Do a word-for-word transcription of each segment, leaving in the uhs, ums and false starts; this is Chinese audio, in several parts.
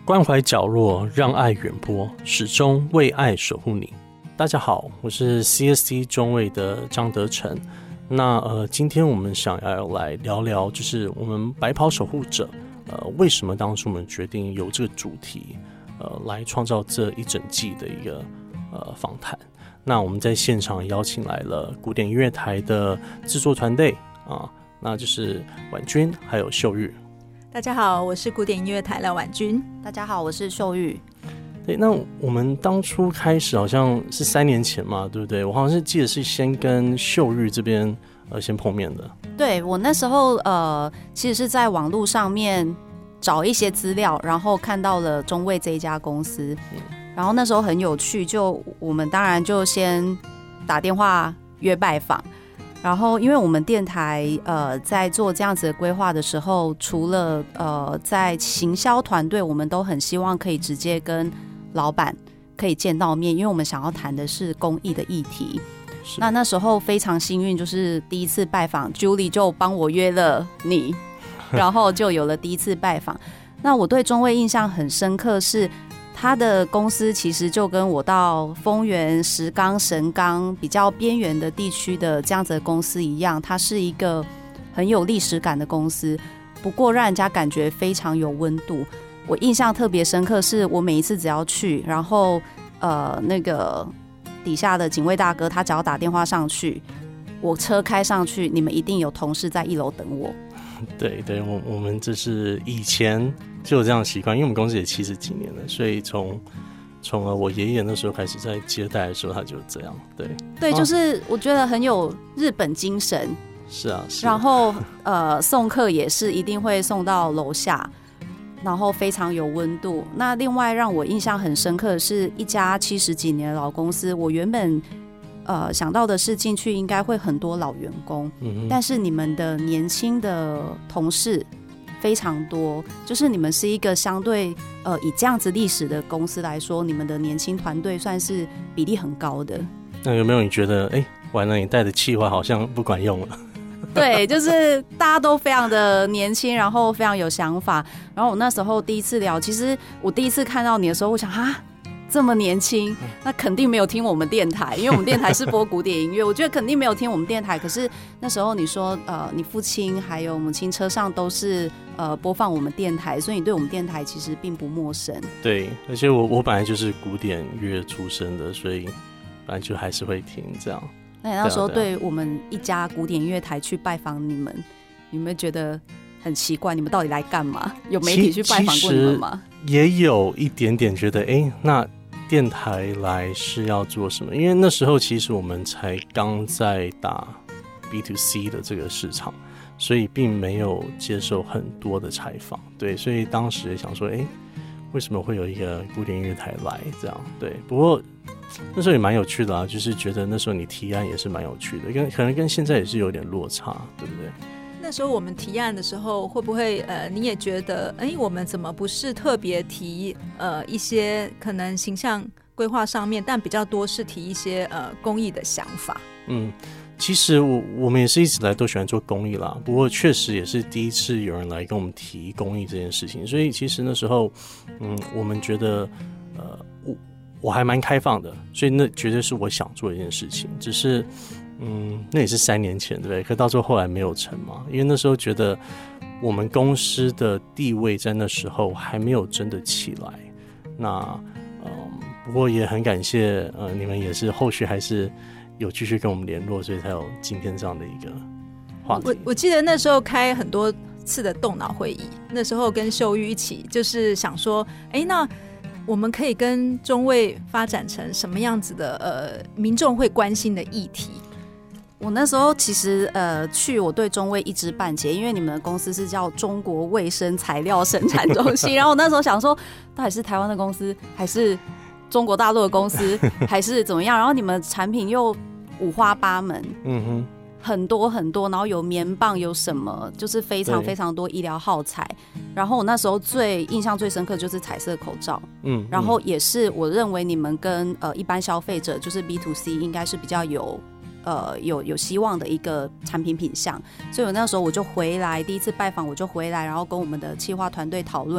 关怀角落，让爱远播，始终为爱守护你。大家好，我是 C S C 中卫的张德成。那呃，今天我们想要来聊聊，就是我们白袍守护者，呃，为什么当初我们决定有这个主题，呃，来创造这一整季的一个呃访谈。那我们在现场邀请来了古典音乐台的制作团队啊，那就是婉君还有秀玉。 大家好，我是古典音乐台的婉君。 大家好，我是秀玉。 对，那我们当初开始好像是三年前嘛，对不对？我好像是记得是先跟秀玉这边呃先碰面的。 对，我那时候呃其实是在网络上面找一些资料，然后看到了中卫这一家公司，嗯、然后那时候很有趣，就我们当然就先打电话约拜访。然后，因为我们电台呃在做这样子的规划的时候，除了呃在行销团队，我们都很希望可以直接跟老板可以见到面，因为我们想要谈的是公益的议题。那那时候非常幸运，就是第一次拜访 Julie 就帮我约了你，然后就有了第一次拜访。那我对中卫印象很深刻是，他的公司其实就跟我到丰原、石冈、神冈比较边缘的地区的这样子的公司一样，它是一个很有历史感的公司，不过让人家感觉非常有温度。我印象特别深刻是，我每一次只要去，然后呃那个底下的警卫大哥他只要打电话上去，我车开上去，你们一定有同事在一楼等我。 对对，我我们这是以前就有这样的习惯，因为我们公司也七十几年了，所以从从我爷爷那时候开始在接待的时候，他就这样。对对，就是我觉得很有日本精神。 是啊，是啊。 然后呃，送客也是一定会送到楼下，然后非常有温度。那另外让我印象很深刻的是，一家七十几年的老公司，我原本呃想到的是进去应该会很多老员工，嗯、但是你们的年轻的同事非常多，就是你们是一个相对呃以这样子历史的公司来说，你们的年轻团队算是比例很高的。 那有没有你觉得，哎，完了，你带的企划好像不管用了？ 对，就是大家都非常的年轻，然后非常有想法。然后我那时候第一次聊，其实我第一次看到你的时候，我想哈，这么年轻，那肯定没有听我们电台，因为我们电台是播古典音乐，我觉得肯定没有听我们电台。可是那时候你说，呃，你父亲还有母亲车上都是呃播放我们电台，所以你对我们电台其实并不陌生。 对，而且我我本来就是古典乐出身的，所以本来就还是会听这样。 那你那时候对我们一家古典音乐台去拜访你们，你们觉得很奇怪，你们到底来干嘛？有媒体去拜访过你们吗？ 也有一点点觉得，哎、欸，那电台来是要做什么？因为那时候其实我们才刚在打 B to C 的这个市场，所以并没有接受很多的采访。对，所以当时也想说，哎、欸，为什么会有一个古典音乐台来这样？对，不过那时候也蛮有趣的啊，就是觉得那时候你提案也是蛮有趣的，跟可能跟现在也是有点落差，对不对？ 那时候我们提案的时候，会不会呃，你也觉得，哎，我们怎么不是特别提呃一些可能形象规划上面，但比较多是提一些呃公益的想法？嗯， 其实我我们也是一直来都喜欢做公益啦，不过确实也是第一次有人来跟我们提公益这件事情，所以其实那时候，嗯，我们觉得，呃，我我还蛮开放的，所以那绝对是我想做的一件事情，只是。嗯，那也是三年前，对不对？可到最后后来没有成嘛，因为那时候觉得我们公司的地位在那时候还没有真的起来。那嗯，不过也很感谢呃，你们也是后续还是有继续跟我们联络，所以才有今天这样的一个话题。 我我记得那时候开很多次的动脑会议，那时候跟秀玉一起就是想说，哎，那我们可以跟中卫发展成什么样子的呃民众会关心的议题？ 我那时候其实呃去，我对中卫一知半解，因为你们的公司是叫中国卫生材料生产中心，然后我那时候想说，到底是台湾的公司，还是中国大陆的公司，还是怎么样？然后你们产品又五花八门，嗯哼，很多很多，然后有棉棒，有什么，就是非常非常多医疗耗材。然后我那时候最印象最深刻就是彩色口罩，嗯，然后也是我认为你们跟呃一般消费者，就是 B to C 应该是比较有。呃，有有希望的一个产品品项，所以我那时候我就回来，第一次拜访我就回来，然后跟我们的企划团队讨论，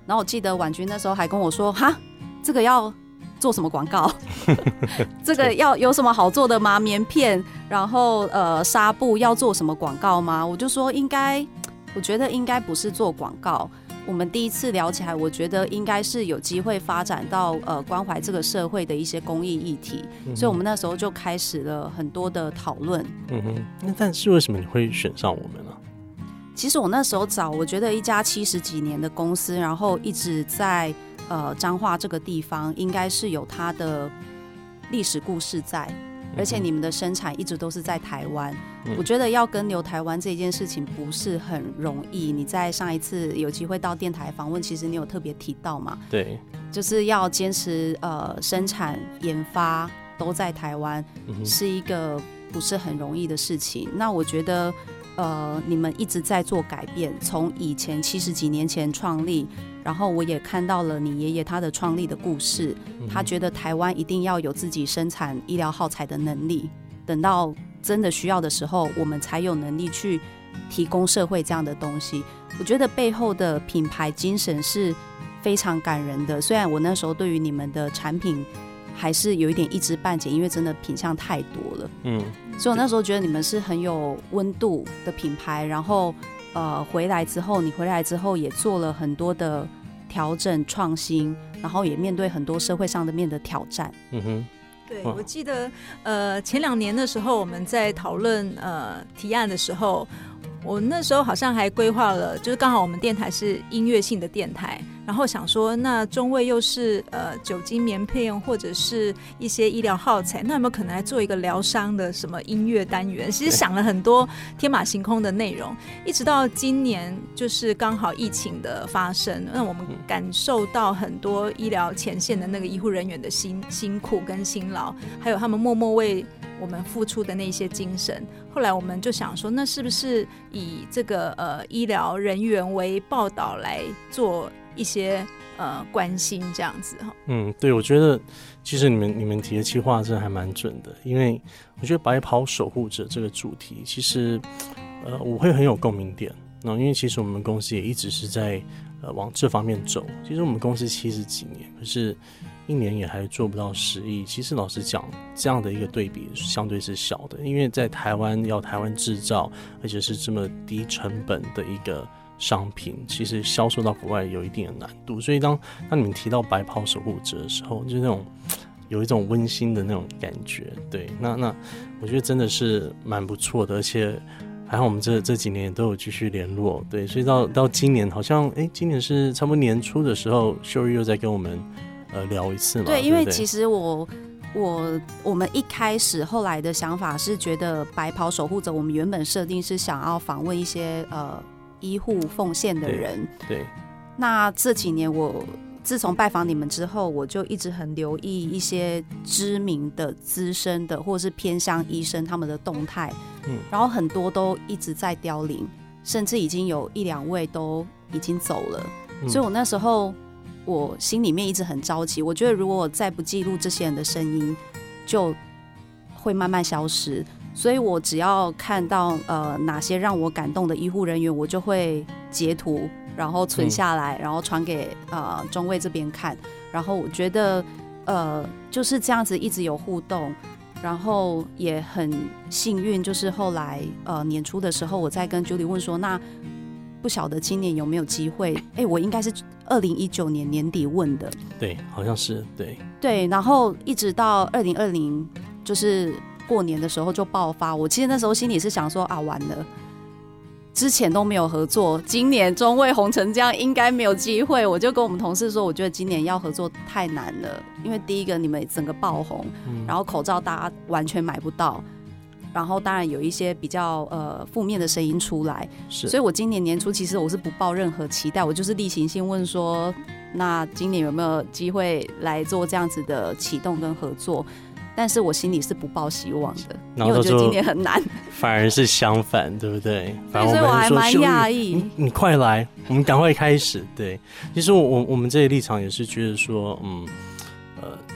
然后我记得婉君那时候还跟我说，哈，这个要做什么广告？这个要有什么好做的吗？棉片，然后呃纱布要做什么广告吗？我就说应该，我觉得应该不是做广告。我们第一次聊起来，我觉得应该是有机会发展到呃关怀这个社会的一些公益议题，嗯、所以我们那时候就开始了很多的讨论。 嗯哼，那但是为什么你会选上我们呢？ 其实我那时候找，我觉得一家七十几年的公司，然后一直在呃彰化这个地方，应该是有它的历史故事在。而且你们的生产一直都是在台湾、嗯、我觉得要跟留台湾这件事情不是很容易。你在上一次有机会到电台访问，其实你有特别提到嘛， 对， 就是要坚持呃生产研发都在台湾、嗯、是一个不是很容易的事情。那我觉得呃你们一直在做改变，从以前七十几年前创立，然后我也看到了你爷爷他的创立的故事，他觉得台湾一定要有自己生产医疗耗材的能力，等到真的需要的时候，我们才有能力去提供社会这样的东西。我觉得背后的品牌精神是非常感人的，虽然我那时候对于你们的产品还是有一点一知半解，因为真的品项太多了，嗯，所以我那时候觉得你们是很有温度的品牌，然后呃，回来之后，你回来之后也做了很多的调整创新，然后也面对很多社会上的面的挑战。 嗯哼， 对，我记得呃前两年的时候，我们在讨论呃提案的时候，我那时候好像还规划了，就是刚好我们电台是音乐性的电台，然后想说那中卫又是呃酒精棉片或者是一些医疗耗材，那有没有可能来做一个疗伤的什么音乐单元？其实想了很多天马行空的内容，一直到今年就是刚好疫情的发生，那我们感受到很多医疗前线的那个医护人员的辛辛苦跟辛劳，还有他们默默为我们付出的那些精神。后来我们就想说，那是不是以这个呃医疗人员为报道来做一些呃关心这样子哈？嗯， 对，我觉得其实你们你们提的企划真的还蛮准的，因为我觉得白袍守护者这个主题，其实呃我会很有共鸣点。那因为其实我们公司也一直是在呃往这方面走。其实我们公司七十几年，可是一年也还做不到十亿。其实老实讲，这样的一个对比相对是小的，因为在台湾要台湾制造，而且是这么低成本的一个商品，其实销售到国外有一定的难度。所以当当你们提到白袍守护者的时候，就是那种有一种温馨的那种感觉。对，那那我觉得真的是蛮不错的，而且还好我们这这几年也都有继续联络。对，所以到到今年好像哎，今年是差不多年初的时候，秀玉又在跟我们呃聊一次嘛。 对， 对， 因为其实我我我们一开始后来的想法是觉得白袍守护者，我们原本设定是想要访问一些呃医护奉献的人。 对。对， 那这几年我自从拜访你们之后，我就一直很留意一些知名的、资深的，或是偏向医生他们的动态。嗯，然后很多都一直在凋零，甚至已经有一两位都已经走了。嗯，所以我那时候我心里面一直很着急，我觉得如果我再不记录这些人的声音，就会慢慢消失。所以我只要看到呃哪些让我感动的医护人员，我就会截图，然后存下来，嗯、然后传给呃中卫这边看。然后我觉得呃就是这样子一直有互动，然后也很幸运，就是后来呃年初的时候，我在跟 Judy 问说，那不晓得今年有没有机会？哎，我应该是二零一九年年底问的， 对，好像是对对，然后一直到二零二零，就是过年的时候就爆发。我其实那时候心里是想说啊，完了，之前都没有合作，今年中卫红成这样，应该没有机会。我就跟我们同事说，我觉得今年要合作太难了，因为第一个你们整个爆红，嗯、然后口罩大家完全买不到。然后当然有一些比较呃负面的声音出来，所以我今年年初其实我是不抱任何期待，我就是例行性问说，那今年有没有机会来做这样子的启动跟合作？但是我心里是不抱希望的，因为我觉得今年很难。 反而是相反，对不对？反正我们所以我还蛮讶异， 你, 你快来，我们赶快开始。对，其实我我我们这些立场也是觉得说，嗯，呃，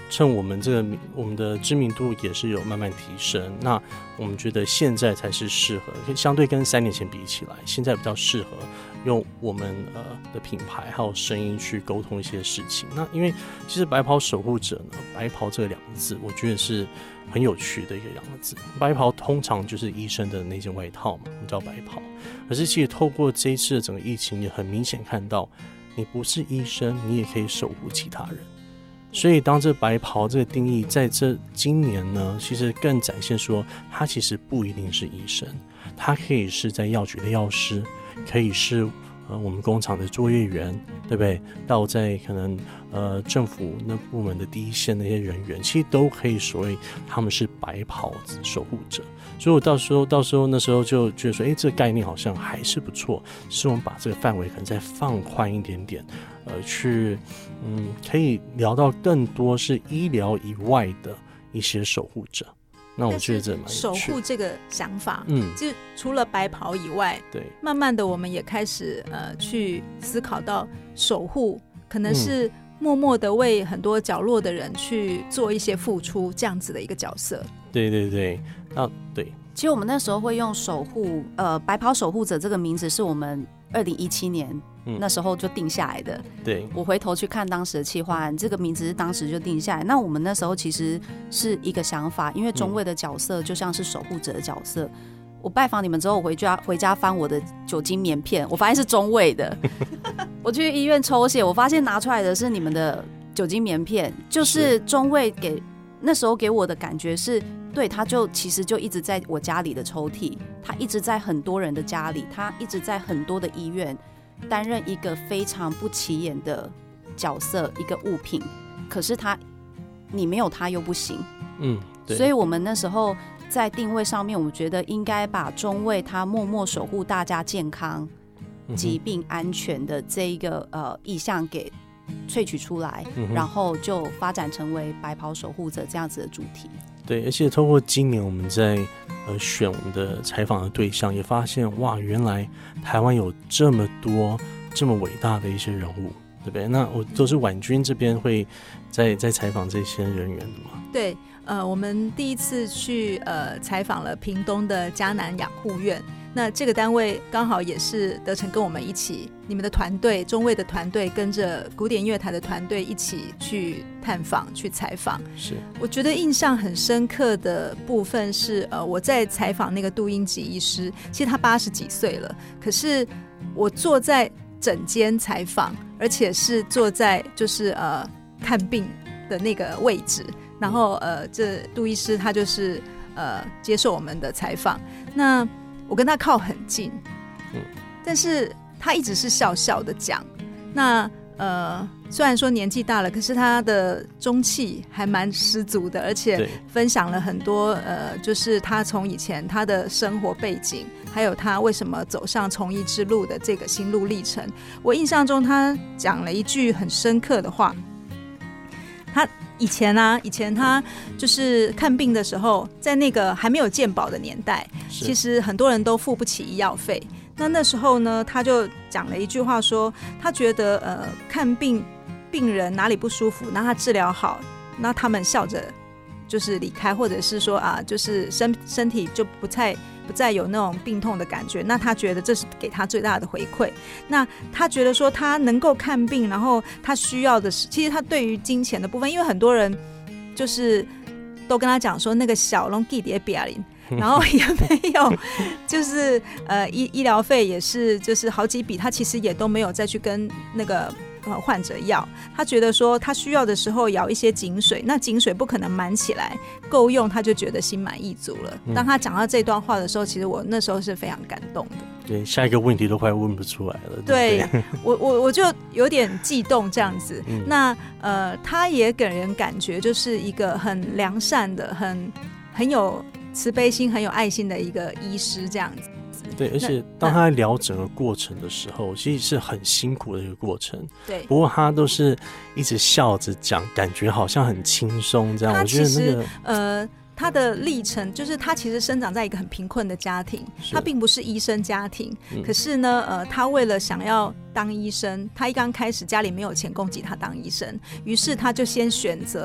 趁我们这个我们的知名度也是有慢慢提升，那我们觉得现在才是适合，相对跟三年前比起来，现在比较适合用我们呃的品牌还有声音去沟通一些事情。那因为其实白袍守护者呢，白袍这两个字，我觉得是很有趣的一个两个字。白袍通常就是医生的那件外套嘛，我们叫白袍。可是其实透过这一次的整个疫情，也很明显看到，你不是医生，你也可以守护其他人。所以当这白袍这个定义在这今年呢，其实更展现说，它其实不一定是医生，它可以是在药局的药师，可以是呃我们工厂的作业员，对不对？到在可能呃政府那部门的第一线那些人员，其实都可以所谓他们是白袍守护者。所以我到时候到时候那时候就觉得说，哎，这个概念好像还是不错，是我们把这个范围可能再放宽一点点，呃，去嗯可以聊到更多是医疗以外的一些守护者。那我觉得这蛮有趣的。 守护这个想法， 嗯， 就除了白袍以外， 对， 慢慢的我们也开始呃去思考到守护可能是默默的为很多角落的人去做一些付出，这样子的一个角色。 对对对，那对。 其实我们那时候会用守护，呃，白袍守护者这个名字是我们二零一七年、嗯、那时候就定下来的。 对， 我回头去看当时的企划案，这个名字是当时就定下来。那我们那时候其实是一个想法，因为中卫的角色就像是守护者的角色。嗯，我拜访你们之后，我回家回家翻我的酒精棉片，我发现是中卫的。我去医院抽血，我发现拿出来的是你们的酒精棉片，就是中卫给那时候给我的感觉是，对，他就其实就一直在我家里的抽屉，他一直在很多人的家里，他一直在很多的医院担任一个非常不起眼的角色，一个物品，可是他你没有他又不行。 嗯，对。 所以我们那时候在定位上面，我觉得应该把中卫他默默守护大家健康、疾病安全的这一个呃意向给萃取出来、嗯，然后就发展成为白袍守护者这样子的主题。 对，而且透过今年我们在呃选我们的采访的对象，也发现哇，原来台湾有这么多这么伟大的一些人物，对不对？那我都是婉君这边会在在采访这些人员的嘛？ 对，呃，我们第一次去呃采访了屏东的嘉南养护院。那这个单位刚好也是德成跟我们一起，你们的团队中卫的团队跟着古典乐坛的团队一起去探访去采访。 是， 我觉得印象很深刻的部分是呃我在采访那个杜英吉医师，其实他八十几岁了，可是我坐在诊间采访，而且是坐在就是呃看病的那个位置，然后呃这杜医师他就是呃接受我们的采访，那我跟他靠很近，嗯，但是他一直是笑笑的讲。那呃，虽然说年纪大了，可是他的中气还蛮十足的，而且分享了很多呃，就是他从以前他的生活背景，还有他为什么走上从医之路的这个心路历程。我印象中他讲了一句很深刻的话，他以前啊，以前他就是看病的时候，在那个还没有健保的年代，其实很多人都付不起医药费。那那时候呢，他就讲了一句话说，他觉得呃看病病人哪里不舒服，那他治疗好，那他们笑着就是离开，或者是说啊，就是身身体就不再不再有那种病痛的感觉，那他觉得这是给他最大的回馈。那他觉得说他能够看病，然后他需要的是，其实他对于金钱的部分，因为很多人就是都跟他讲说那个小龙给叠比亚林，然后也没有就是呃医医疗费也是就是好几笔，他其实也都没有再去跟那个呃患者要，他觉得说他需要的时候舀一些井水，那井水不可能满起来够用，他就觉得心满意足了、嗯、当他讲到这段话的时候，其实我那时候是非常感动的。 对，下一个问题都快问不出来了。 对， 对我我我就有点悸动这样子、嗯、那呃他也给人感觉就是一个很良善的很很有慈悲心很有爱心的一个医师这样子。 对，而且当他聊整个过程的时候，其实是很辛苦的一个过程。 对， 不过他都是一直笑着讲，感觉好像很轻松这样。我觉得那个呃， 他的历程就是他其实生长在一个很贫困的家庭，他并不是医生家庭、嗯、可是呢呃，他为了想要当医生，他一刚开始家里没有钱供给他当医生，于是他就先选择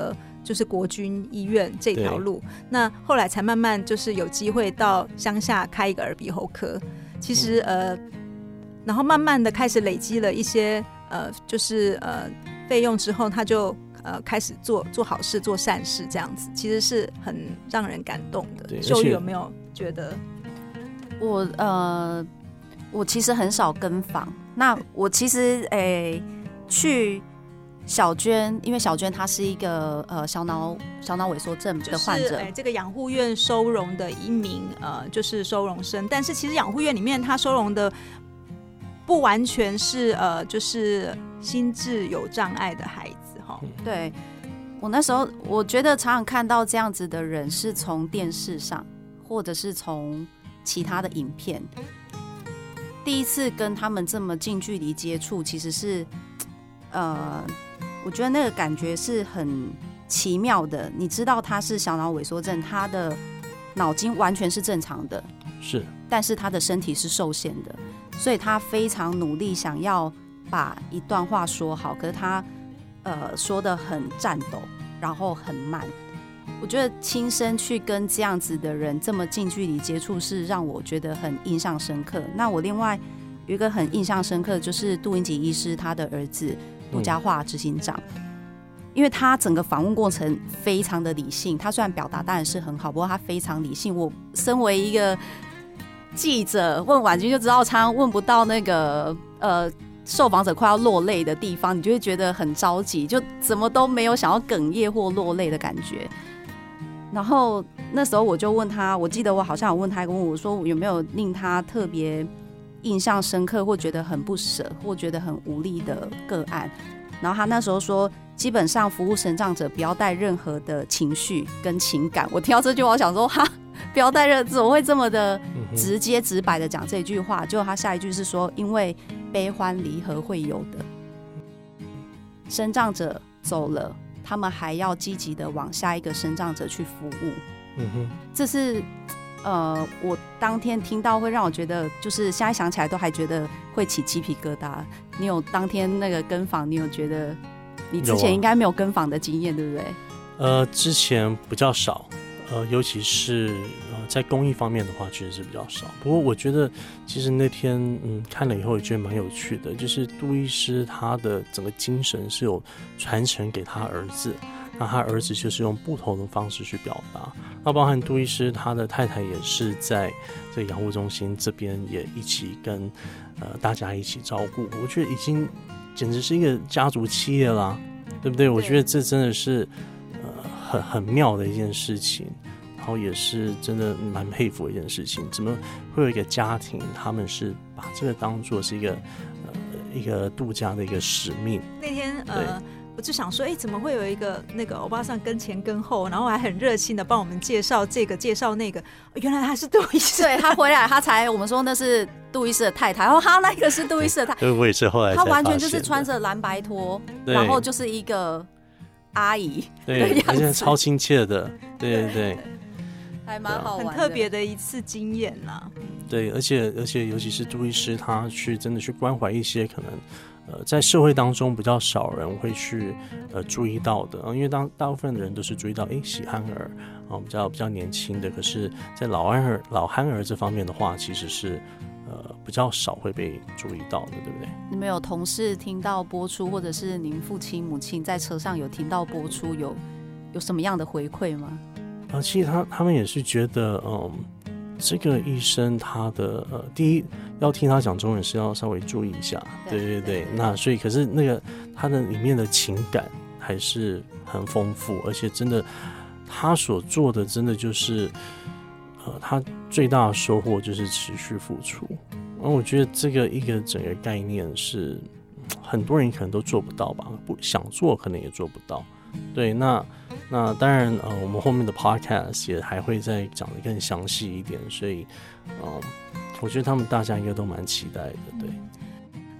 就是国军医院这条路，那后来才慢慢就是有机会到乡下开一个耳鼻喉科。其实呃，然后慢慢的开始累积了一些呃，就是呃费用之后，他就呃开始做做好事、做善事，这样子其实是很让人感动的。秀玉有没有觉得？ 我呃，我其实很少跟访。那我其实诶、欸、去。小娟，因为小娟她是一个呃小脑小脑萎缩症的患者， 就是欸、这个养护院收容的一名呃就是收容生，但是其实养护院里面她收容的不完全是呃就是心智有障碍的孩子哈。 对，我那时候我觉得常常看到这样子的人是从电视上或者是从其他的影片，第一次跟他们这么近距离接触，其实是呃。我觉得那个感觉是很奇妙的。你知道他是小脑萎缩症，他的脑筋完全是正常的， 是， 但是他的身体是受限的，所以他非常努力想要把一段话说好，可是他呃说得很颤抖，然后很慢。我觉得亲身去跟这样子的人这么近距离接触，是让我觉得很印象深刻。那我另外有一个很印象深刻，就是杜英吉医师他的儿子。杜家化执行长，因为他整个访问过程非常的理性，他虽然表达当然是很好，不过他非常理性。我身为一个记者，问婉君就知道，常常问不到那个呃受访者快要落泪的地方，你就会觉得很着急，就怎么都没有想要哽咽或落泪的感觉。然后那时候我就问他，我记得我好像有问他，问我说有没有令他特别印象深刻或觉得很不舍或觉得很无力的个案，然后他那时候说基本上服务身障者不要带任何的情绪跟情感。我听到这句话我想说哈，不要带任，怎么会这么的直接直白的讲这句话？结果他下一句是说因为悲欢离合会有的，身障者走了，他们还要积极的往下一个身障者去服务。嗯哼，这是呃，我当天听到会让我觉得，就是现在想起来都还觉得会起鸡皮疙瘩。你有当天那个跟访，你有觉得你之前应该没有跟访的经验，对不对？ 呃，之前比较少，呃，尤其是呃在公益方面的话，确实是比较少。不过我觉得，其实那天嗯看了以后，也觉得蛮有趣的，就是杜医师他的整个精神是有传承给他儿子。那他儿子就是用不同的方式去表达，那包含杜医师他的太太也是在这个养护中心这边也一起跟呃大家一起照顾，我觉得已经简直是一个家族企业啦，对不对？我觉得这真的是呃很很妙的一件事情，然后也是真的蛮佩服的一件事情。怎么会有一个家庭，他们是把这个当作是一个呃一个度假的一个使命？ 那天呃。我就想说，哎、欸，怎么会有一个那个欧巴桑跟前跟后，然后还很热心的帮我们介绍这个介绍那个，原来他是杜医师。 对，他回来他才我们说那是杜医师的太太，然后他那个是杜医师的太太。 对，我也是后来才发现的。 他完全就是穿着蓝白拖，然后就是一个阿姨， 对，而且超亲切的，对对对， 还蛮好玩的， 很特别的一次经验啦。 对，而且而且尤其是杜医师，他去真的去关怀一些可能。呃，在社会当中比较少人会去呃注意到的，因为当大部分的人都是注意到，哎，喜憨儿啊、呃，比较比较年轻的，可是，在老憨儿老憨儿这方面的话，其实是呃比较少会被注意到的，对不对？ 你们有同事听到播出，或者是您父亲母亲在车上有听到播出，有有什么样的回馈吗？ 啊、呃，其实他他们也是觉得，嗯。这个医生他的呃，第一要听他讲中文是要稍微注意一下，对对 对, 对。那所以可是那个他的里面的情感还是很丰富，而且真的他所做的真的就是呃，他最大的收获就是持续付出。然后我觉得这个一个整个概念是很多人可能都做不到吧，不想做可能也做不到。对，那那当然呃，我们后面的 podcast 也还会再讲得更详细一点，所以嗯、呃，我觉得他们大家应该都蛮期待的，对。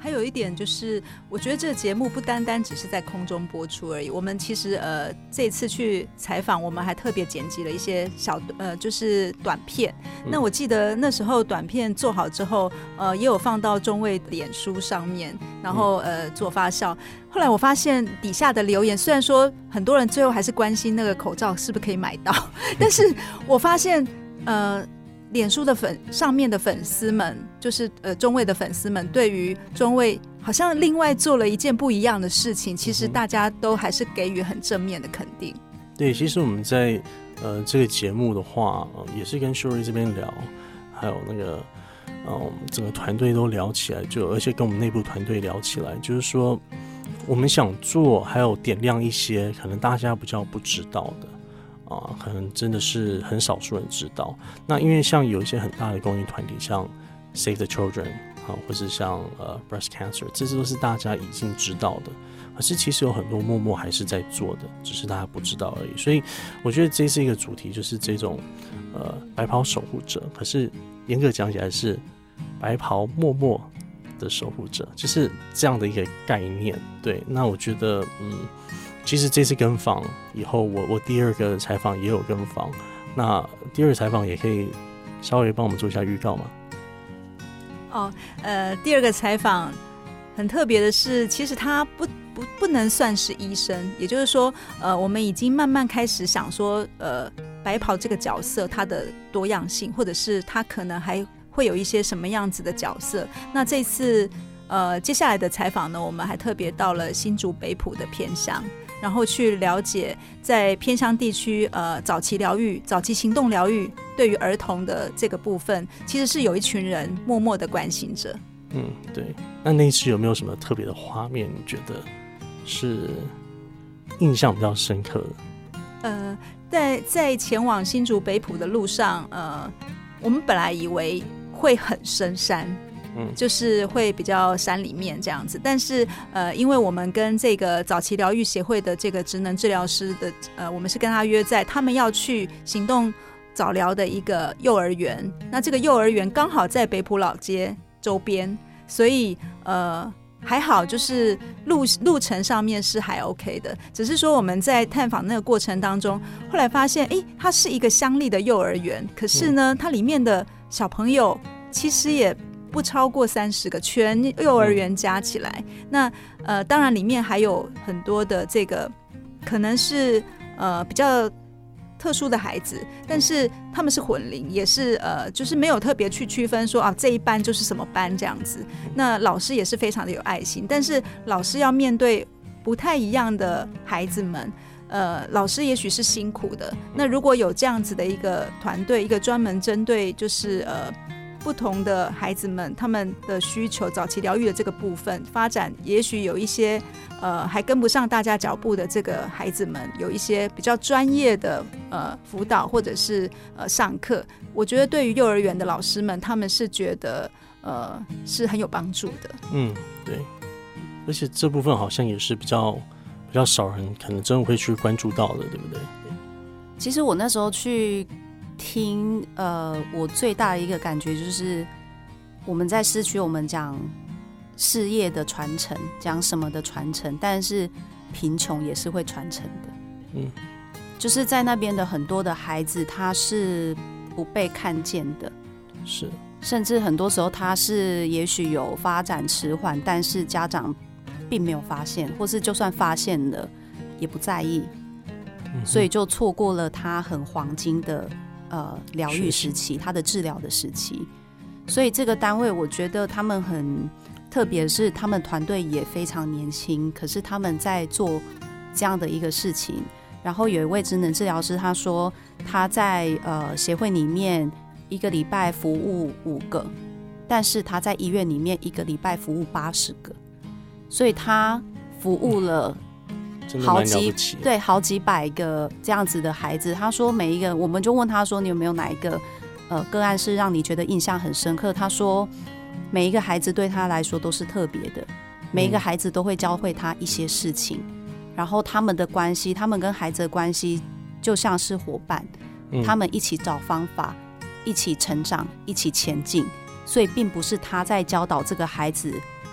还有一点就是，我觉得这个节目不单单只是在空中播出而已。我们其实呃这次去采访，我们还特别剪辑了一些小呃就是短片。嗯、那我记得那时候短片做好之后，呃也有放到中卫脸书上面，然后呃做发酵。后来我发现底下的留言，虽然说很多人最后还是关心那个口罩是不是可以买到，但是我发现呃。脸书的粉上面的粉丝们，就是呃中卫的粉丝们，对于中卫好像另外做了一件不一样的事情，其实大家都还是给予很正面的肯定。 对，其实我们在呃这个节目的话，呃、也是跟 Shuri 这边聊，还有那个呃整个团队都聊起来，就而且跟我们内部团队聊起来，就是说我们想做，还有点亮一些可能大家比较不知道的。啊，可能真的是很少数人知道。那因为像有一些很大的公益团体，像 Save the Children 啊，或是像呃 Breast Cancer， 这些都是大家已经知道的。可是其实有很多默默还是在做的，只是大家不知道而已。所以我觉得这是一个主题，就是这种呃白袍守护者。可是严格讲起来是白袍默默的守护者，就是这样的一个概念。对，那我觉得嗯。其实这次跟访以后我，我第二个采访也有跟访。那第二个采访也可以稍微帮我们做一下预告吗？ 哦，呃，第二个采访很特别的是，其实他不不不能算是医生，也就是说，呃，我们已经慢慢开始想说，呃，白袍这个角色它的多样性，或者是他可能还会有一些什么样子的角色。那这次呃接下来的采访呢，我们还特别到了新竹北埔的偏乡。然后去了解在偏乡地区呃早期疗愈、早期行动疗愈对于儿童的这个部分，其实是有一群人默默的关心着。 嗯，对。那那一次有没有什么特别的画面，你觉得是印象比较深刻的？呃， 在在前往新竹北埔的路上，呃，我们本来以为会很深山。嗯，就是会比较山里面这样子，但是呃，因为我们跟这个早期疗愈协会的这个职能治疗师的呃，我们是跟他约在他们要去行动早疗的一个幼儿园，那这个幼儿园刚好在北埔老街周边，所以呃还好，就是路路程上面是还 OK 的，只是说我们在探访那个过程当中，后来发现，哎，它是一个乡立的幼儿园，可是呢，它里面的小朋友其实也不超过三十个，全幼儿园加起来。那呃，当然里面还有很多的这个可能是呃比较特殊的孩子，但是他们是混龄，也是呃就是没有特别去区分说啊这一班就是什么班这样子。那老师也是非常的有爱心，但是老师要面对不太一样的孩子们。呃，老师也许是辛苦的。那如果有这样子的一个团队，一个专门针对就是呃。不同的孩子们他们的需求，早期疗愈的这个部分发展，也许有一些呃还跟不上大家脚步的这个孩子们，有一些比较专业的呃辅导或者是呃上课，我觉得对于幼儿园的老师们，他们是觉得呃是很有帮助的。嗯， 对，而且这部分好像也是比较比较少人可能真的会去关注到的，对不对？ 其实我那时候去听呃，我最大的一个感觉就是，我们在市区我们讲事业的传承，讲什么的传承，但是贫穷也是会传承的。嗯，就是在那边的很多的孩子，他是不被看见的， 是，甚至很多时候他是也许有发展迟缓，但是家长并没有发现，或是就算发现了也不在意，嗯、所以就错过了他很黄金的。呃，疗愈时期，他的治疗的时期，所以这个单位我觉得他们很特别，是他们团队也非常年轻，可是他们在做这样的一个事情。然后有一位职能治疗师，他说他在呃协会里面一个礼拜服务五个，但是他在医院里面一个礼拜服务八十个，所以他服务了。好几对好几百个这样子的孩子，他说每一个，我们就问他说，你有没有哪一个呃个案是让你觉得印象很深刻？他说每一个孩子对他来说都是特别的，每一个孩子都会教会他一些事情，嗯、然后他们的关系，他们跟孩子的关系就像是伙伴，嗯、他们一起找方法，一起成长，一起前进，所以并不是他在教导这个孩子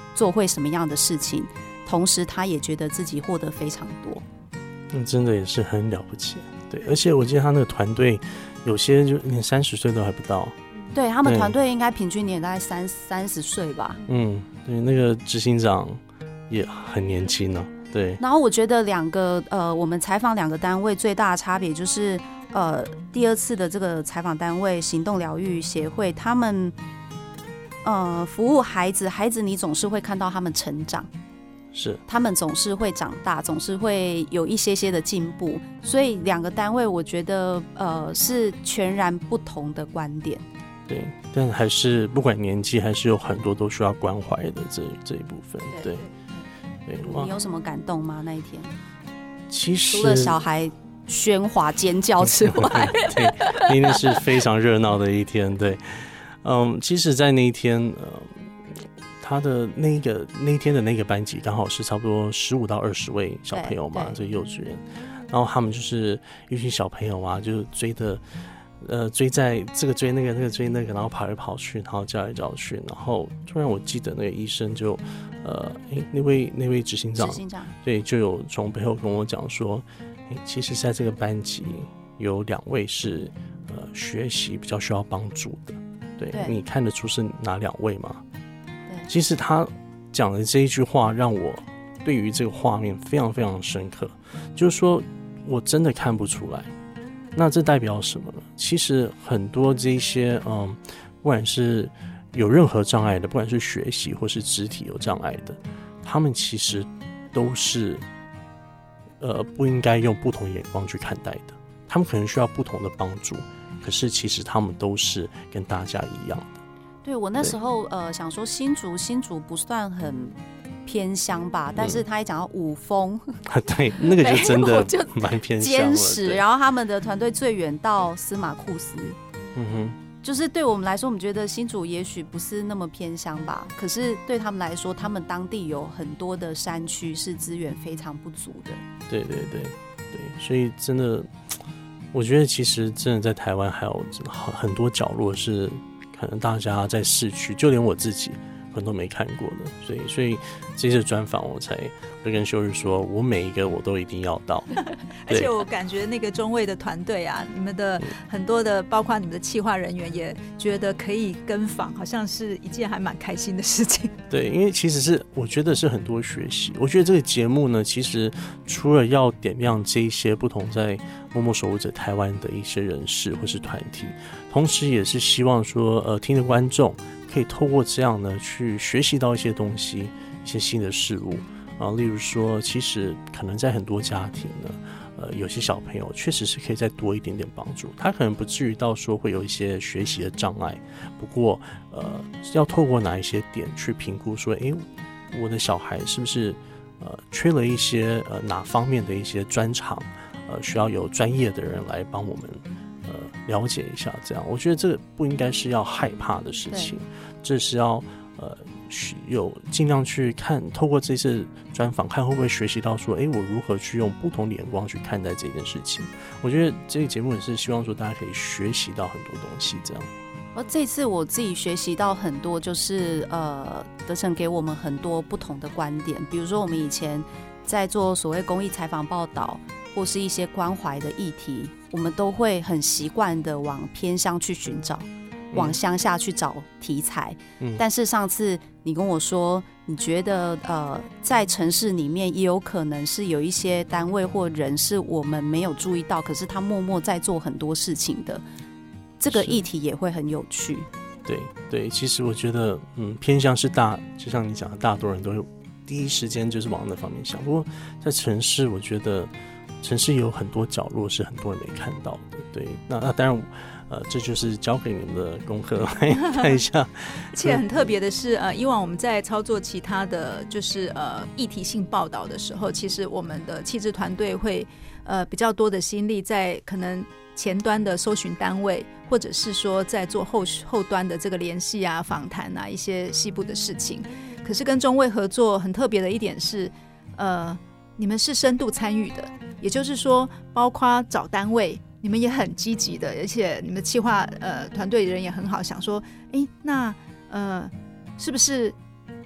做会什么样的事情，同时他也觉得自己获得非常多。 嗯，真的也是很了不起。对，而且我记得他那个团队有些就连三十岁都还不到。 对，他们团队应该平均年大概三三十岁吧。 嗯，对，那个执行长也很年轻呢、啊。对。 然后我觉得两个呃，我们采访两个单位最大的差别就是，呃，第二次的这个采访单位行动疗愈协会，他们呃服务孩子，孩子你总是会看到他们成长。 是， 他们总是会长大，总是会有一些些的进步，所以两个单位我觉得呃是全然不同的观点。 对，但还是不管年纪，还是有很多都需要关怀的这这一部分。对，对， 对，你有什么感动吗？那一天， 其实除了小孩喧哗尖叫之外， 对，那天是非常热闹的一天。对，嗯，其实，在那一天，呃。他的那个那一天的那个班级刚好是差不多十五到二十位小朋友嘛，这个幼稚园，然后他们就是一群小朋友啊，就追的，呃，追在这个追那个，那个追那个，然后跑来跑去，然后叫来叫去，然后突然我记得那个医生就，呃，哎，那位那位执行长，执行长，对，就有从背后跟我讲说，哎，其实在这个班级有两位是呃学习比较需要帮助的，对，对你看得出是哪两位吗？其实他讲的这一句话让我对于这个画面非常非常深刻，就是说我真的看不出来，那这代表什么呢？其实很多这些嗯，不管是有任何障碍的，不管是学习或是肢体有障碍的，他们其实都是呃不应该用不同眼光去看待的，他们可能需要不同的帮助，可是其实他们都是跟大家一样的。 对，我那时候呃想说新竹新竹不算很偏乡吧，但是他一讲到五峰、 嗯、对，那个就真的蛮偏乡了， 坚实。然后他们的团队最远到司马库斯，嗯哼，就是对我们来说，我们觉得新竹也许不是那么偏乡吧，可是对他们来说，他们当地有很多的山区是资源非常不足的。 对对对对，所以真的，我觉得其实真的在台湾还有很多角落是。可能大家在市区，就连我自己可能都没看过的，所以所以这次专访我才会跟修日说，我每一个我都一定要到。 而且我感觉那个中卫的团队啊，你们的很多的，包括你们的企划人员也觉得可以跟访，好像是一件还蛮开心的事情。 对，因为其实是我觉得是很多学习。我觉得这个节目呢，其实除了要点亮这一些不同在默默守护者台湾的一些人士或是团体，同时也是希望说，呃，听的观众可以透过这样呢，去学习到一些东西，一些新的事物啊。例如说，其实可能在很多家庭呢，呃，有些小朋友确实是可以再多一点点帮助，他可能不至于到说会有一些学习的障碍，不过，呃，要透过哪一些点去评估说，哎，我的小孩是不是呃缺了一些呃哪方面的一些专长？呃，需要有专业的人来帮我们呃了解一下，这样我觉得这个不应该是要害怕的事情，这是要呃有尽量去看，透过这次专访，看会不会学习到说，哎，我如何去用不同的眼光去看待这件事情。我觉得这个节目也是希望说大家可以学习到很多东西，这样。 而这次我自己学习到很多，就是呃，德成给我们很多不同的观点，比如说我们以前在做所谓公益采访报道。或是一些关怀的议题，我们都会很习惯的往偏乡去寻找，往乡下去找题材。嗯、但是上次你跟我说，你觉得呃，在城市里面也有可能是有一些单位或人是我们没有注意到，可是他默默在做很多事情的，这个议题也会很有趣。 对对，其实我觉得，嗯，偏乡是大，就像你讲的，大多人都会第一时间就是往那方面想。不过在城市，我觉得。城市有很多角落是很多人没看到的，对，那那当然，呃，这就是交给你们的功课来看一下。 而且很特别的是，呃，以往我们在操作其他的就是呃议题性报道的时候，其实我们的企制团队会呃比较多的心力在可能前端的搜寻单位，或者是说在做后后端的这个联系啊、访谈啊一些细部的事情。可是跟中卫合作很特别的一点是，呃，你们是深度参与的。也就是说，包括找单位，你们也很积极的，而且你们企划呃团队人也很好，想说，哎，那呃是不是看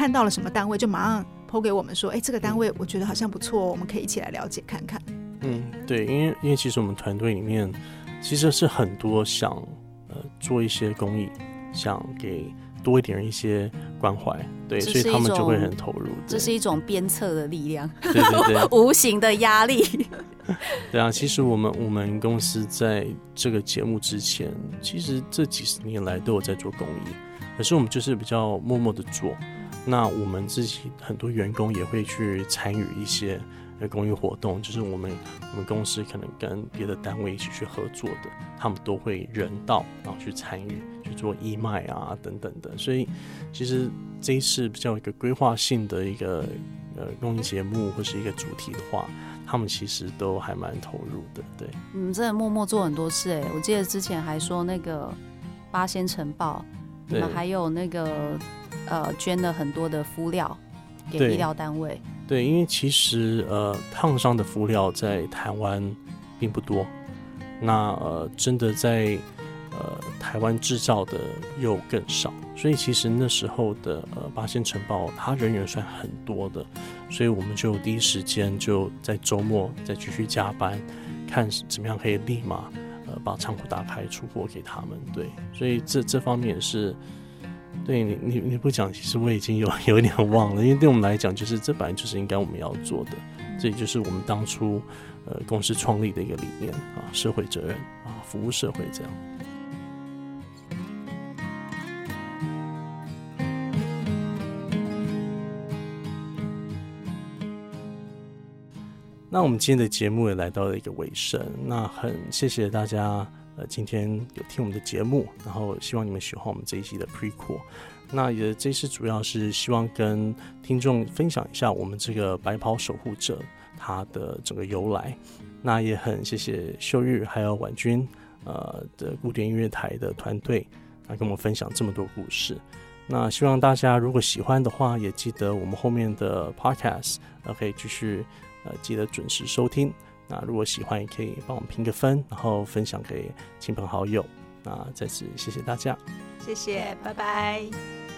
看到了什么单位，就马上 po 给我们说，哎，这个单位我觉得好像不错，我们可以一起来了解看看。 嗯，对，因为因为其实我们团队里面其实是很多想呃做一些公益，想给多一点人一些关怀，对，所以他们就会很投入。 这是一种鞭策的力量， 对对对， 无形的压力。 对啊，其实我们我们公司在这个节目之前，其实这几十年来都有在做公益，可是我们就是比较默默的做。那我们自己很多员工也会去参与一些公益活动，就是我们我们公司可能跟别的单位一起去合作的，他们都会人到，然后去参与去做义卖啊等等的。所以其实这一次比较一个规划性的一个呃公益节目或是一个主题的话，他们其实都还蛮投入的。对， 你们真的默默做很多事哎、欸！我记得之前还说那个八仙城堡，你们还有那个呃捐了很多的敷料给医疗单位。 对，因为其实呃烫伤的敷料在台湾并不多，那呃真的在呃台湾制造的又更少，所以其实那时候的呃八仙城堡它人员算很多的，所以我们就第一时间就在周末再继续加班，看怎么样可以立马呃把仓库打开出货给他们。对，所以这这方面也是。对你，你你不讲，其实我已经有有一点忘了，因为对我们来讲，就是这本来就是应该我们要做的，这也就是我们当初呃公司创立的一个理念啊，社会责任啊，服务社会这样。那我们今天的节目也来到了一个尾声，那很谢谢大家。呃，今天有听我们的节目，然后希望你们喜欢我们这一期的 Prequel。那也这次主要是希望跟听众分享一下我们这个白袍守护者它的整个由来。那也很谢谢秀玉还有婉君呃的古典音乐台的团队来跟我们分享这么多故事。那希望大家如果喜欢的话，也记得我们后面的 Podcast 呃可以继续呃记得准时收听。那如果喜欢，也可以帮我们评个分，然后分享给亲朋好友。那再次谢谢大家， 谢谢，拜拜。